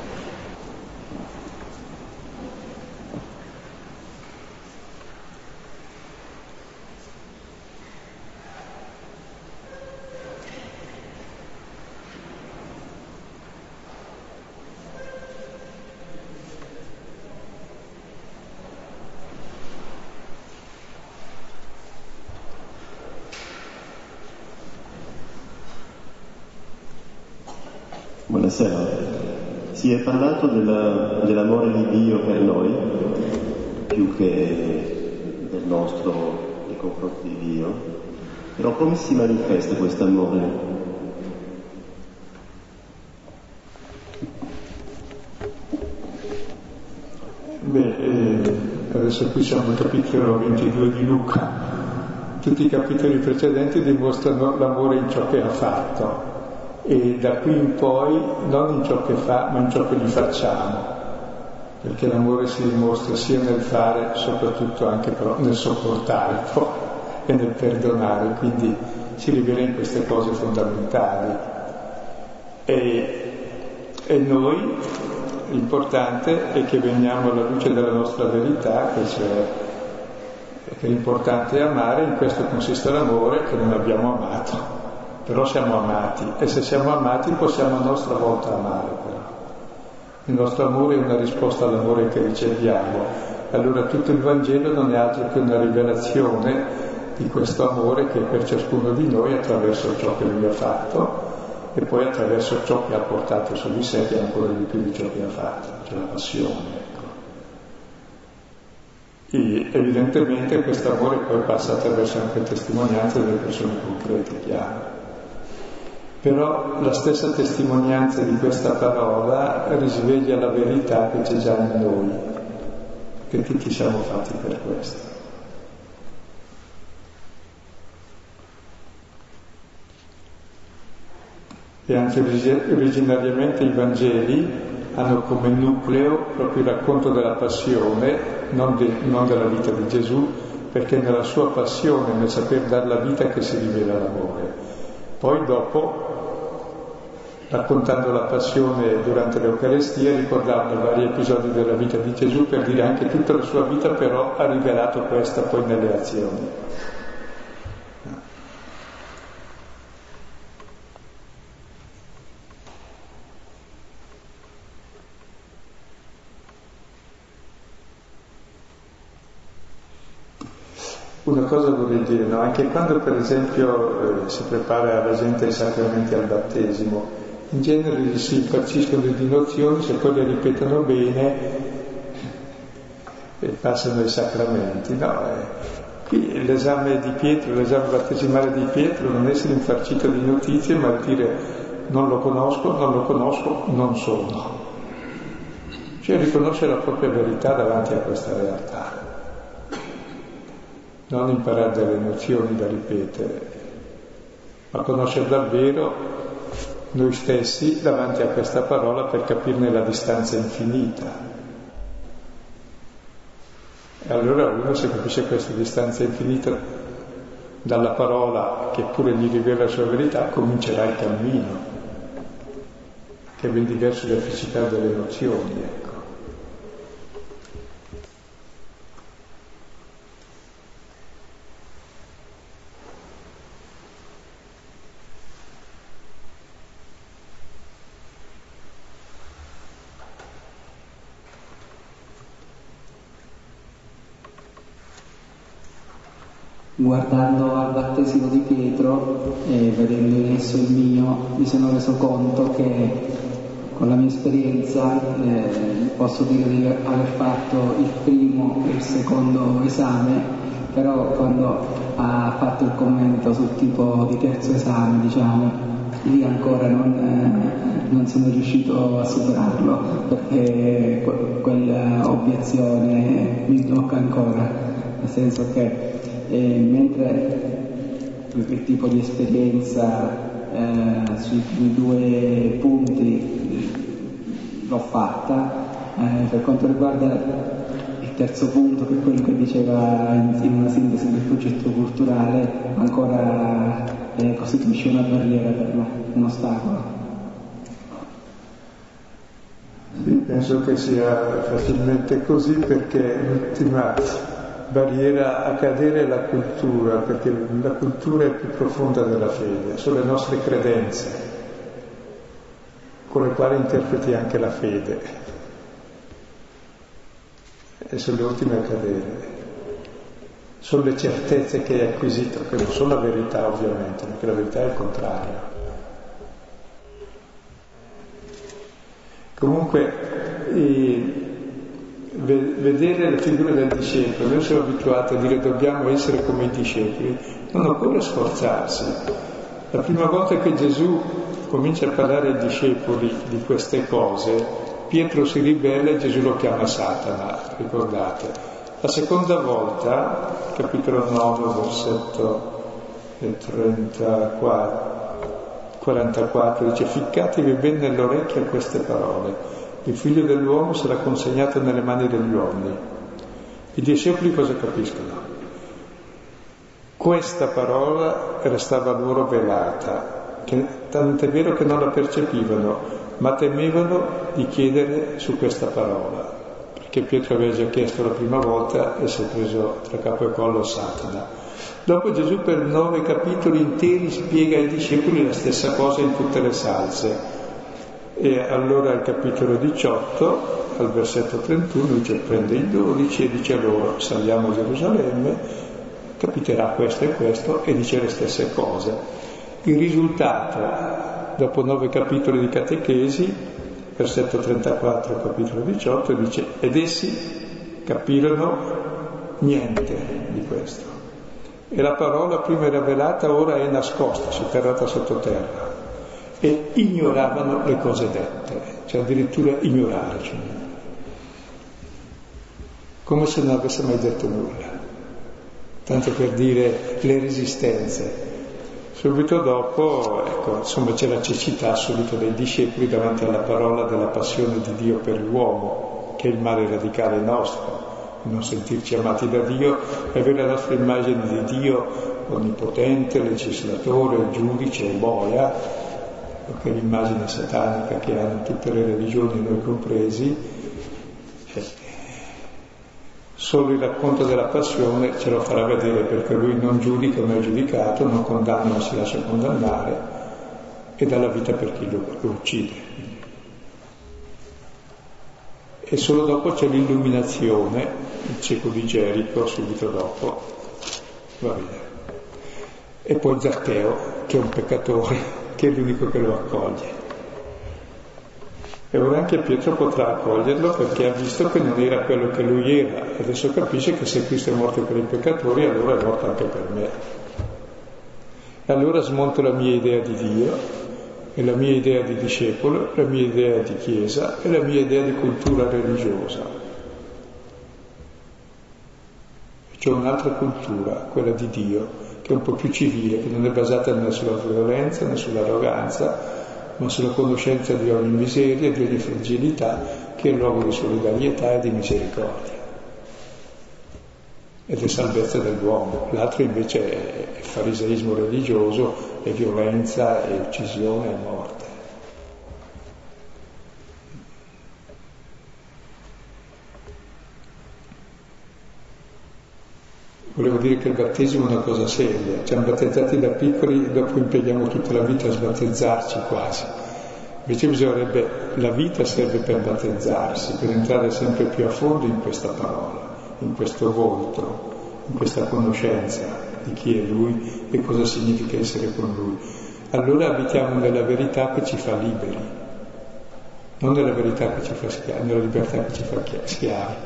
Buonasera, Si è parlato dell'amore di Dio per noi, più che del nostro nei confronti di Dio, però come si manifesta questo amore? Adesso qui siamo al capitolo 22 di Luca. Tutti i capitoli precedenti dimostrano l'amore in ciò che ha fatto, e da qui in poi non in ciò che fa, ma in ciò che gli facciamo, perché l'amore si dimostra sia nel fare, soprattutto anche però nel sopportare e nel perdonare, quindi si rivela in queste cose fondamentali. E noi l'importante è che veniamo alla luce della nostra verità, che l'importante è amare. In questo consiste l'amore, che non abbiamo amato, però siamo amati, e se siamo amati possiamo a nostra volta amare. Però il nostro amore è una risposta all'amore che riceviamo, allora tutto il Vangelo non è altro che una rivelazione di questo amore che è per ciascuno di noi attraverso ciò che Lui ha fatto e poi attraverso ciò che ha portato su di sé, che è ancora di più di ciò che ha fatto, cioè la passione. E evidentemente questo amore poi passa attraverso anche testimonianze delle persone concrete, chiaro. Però la stessa testimonianza di questa parola risveglia la verità che c'è già in noi, che tutti siamo fatti per questo. E anche originariamente i Vangeli hanno come nucleo proprio il racconto della passione, non della vita di Gesù, perché è nella sua passione, nel saper dare la vita, che si rivela l'amore. Poi dopo, raccontando la passione durante l'Eucaristia, ricordando vari episodi della vita di Gesù, per dire anche tutta la sua vita però ha rivelato questa poi nelle azioni. Una cosa vorrei dire, no? Anche quando per esempio si prepara la gente ai sacramenti al battesimo, in genere si impartiscono le dinozioni, se poi le ripetono bene e passano ai sacramenti, no? Qui l'esame di Pietro, l'esame battesimale di Pietro non è essere infarcito di notizie, ma dire non lo conosco, non sono. Cioè riconoscere la propria verità davanti a questa realtà. Non imparare delle nozioni da ripetere, ma conoscere davvero noi stessi davanti a questa parola per capirne la distanza infinita. E allora uno, se capisce questa distanza infinita dalla parola, che pure gli rivela la sua verità, comincerà il cammino, che è ben diverso dalla fisicità delle nozioni, ecco. Guardando al battesimo di Pietro e vedendo in esso il mio, mi sono reso conto che con la mia esperienza posso dire di aver fatto il primo e il secondo esame, però quando ha fatto il commento sul tipo di terzo esame, diciamo, lì ancora non sono riuscito a superarlo, perché quella obiezione mi blocca ancora, nel senso che mentre quel tipo di esperienza sui primi due punti l'ho fatta, per quanto riguarda il terzo punto, che è quello che diceva in una sintesi del progetto culturale, ancora costituisce una barriera per me, un ostacolo. Sì, penso che sia facilmente così, perché l'ultima barriera a cadere è la cultura, perché la cultura è più profonda della fede, sono le nostre credenze con le quali interpreti anche la fede, e sono le ultime a cadere, sono le certezze che hai acquisito, che non sono la verità ovviamente, perché la verità è il contrario. Comunque, vedere la figura del discepolo, noi siamo abituati a dire dobbiamo essere come i discepoli, non occorre sforzarsi. La prima volta che Gesù comincia a parlare ai discepoli di queste cose, Pietro si ribella e Gesù lo chiama Satana, ricordate. La seconda volta, capitolo 9, versetto 44, dice: ficcatevi ben nelle orecchie a queste parole. Il figlio dell'uomo sarà consegnato nelle mani degli uomini. I discepoli cosa capiscono? Questa parola restava loro velata, tant'è vero che non la percepivano, ma temevano di chiedere su questa parola, perché Pietro aveva già chiesto la prima volta e si è preso tra capo e collo Satana. Dopo Gesù per 9 capitoli interi spiega ai discepoli la stessa cosa in tutte le salse. E allora al capitolo 18, al versetto 31, dice: prende i 12 e dice loro: saliamo a Gerusalemme, capiterà questo e questo, e dice le stesse cose. Il risultato, dopo 9 capitoli di catechesi, versetto 34, capitolo 18, dice: ed essi capirono niente di questo. E la parola prima era velata, ora è nascosta, sotterrata sottoterra. E ignoravano le cose dette, cioè addirittura ignorare, come se non avesse mai detto nulla, tanto per dire le resistenze. Subito dopo, ecco, insomma, c'è la cecità subito dei discepoli davanti alla parola della passione di Dio per l'uomo, che è il male radicale nostro, non sentirci amati da Dio e avere la nostra immagine di Dio onnipotente, legislatore, giudice, boia, che è l'immagine satanica che hanno tutte le religioni, noi compresi. Solo il racconto della passione ce lo farà vedere, perché lui non giudica, non è giudicato, non condanna, non si lascia condannare, e dà la vita per chi lo uccide. E solo dopo c'è l'illuminazione, il cieco di Gerico, subito dopo, va bene. E poi Zaccheo, che è un peccatore, che è l'unico che lo accoglie. E ora anche Pietro potrà accoglierlo, perché ha visto che non era quello che lui era. Adesso capisce che se Cristo è morto per i peccatori, allora è morto anche per me. E allora smonto la mia idea di Dio, e la mia idea di discepolo, la mia idea di chiesa e la mia idea di cultura religiosa. E c'è un'altra cultura, quella di Dio, che è un po' più civile, che non è basata né sulla violenza né sull'arroganza, ma sulla conoscenza di ogni miseria, di ogni fragilità, che è luogo di solidarietà e di misericordia. Ed è salvezza dell'uomo. L'altro invece è fariseismo religioso, è violenza, è uccisione, è morte. Volevo dire che il battesimo è una cosa seria, ci hanno battezzati da piccoli, dopo impieghiamo tutta la vita a sbattezzarci quasi. Invece bisognerebbe, la vita serve per battezzarsi, per entrare sempre più a fondo in questa parola, in questo volto, in questa conoscenza di chi è Lui e cosa significa essere con Lui. Allora abitiamo nella verità che ci fa liberi, non nella verità che ci fa schiavi, nella libertà che ci fa schiavi.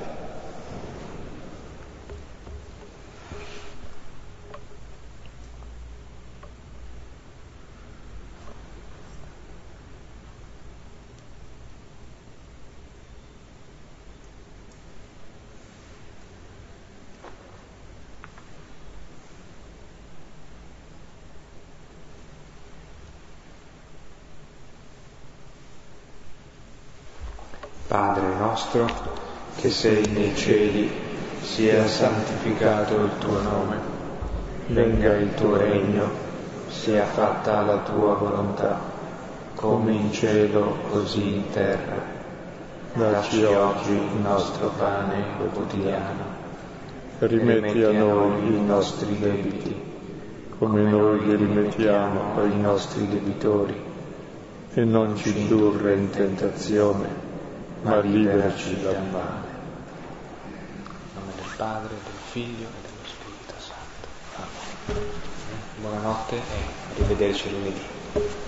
Padre nostro, che sei nei cieli, sia santificato il tuo nome, venga il tuo regno, sia fatta la tua volontà, come in cielo così in terra. Dacci oggi il nostro pane quotidiano, rimetti a noi i nostri debiti, come noi li rimettiamo ai nostri debitori, e non ci indurre in tentazione, ma liberaci dal male. Nel nome del Padre, del Figlio e dello Spirito Santo. Amen. Buonanotte e arrivederci lunedì.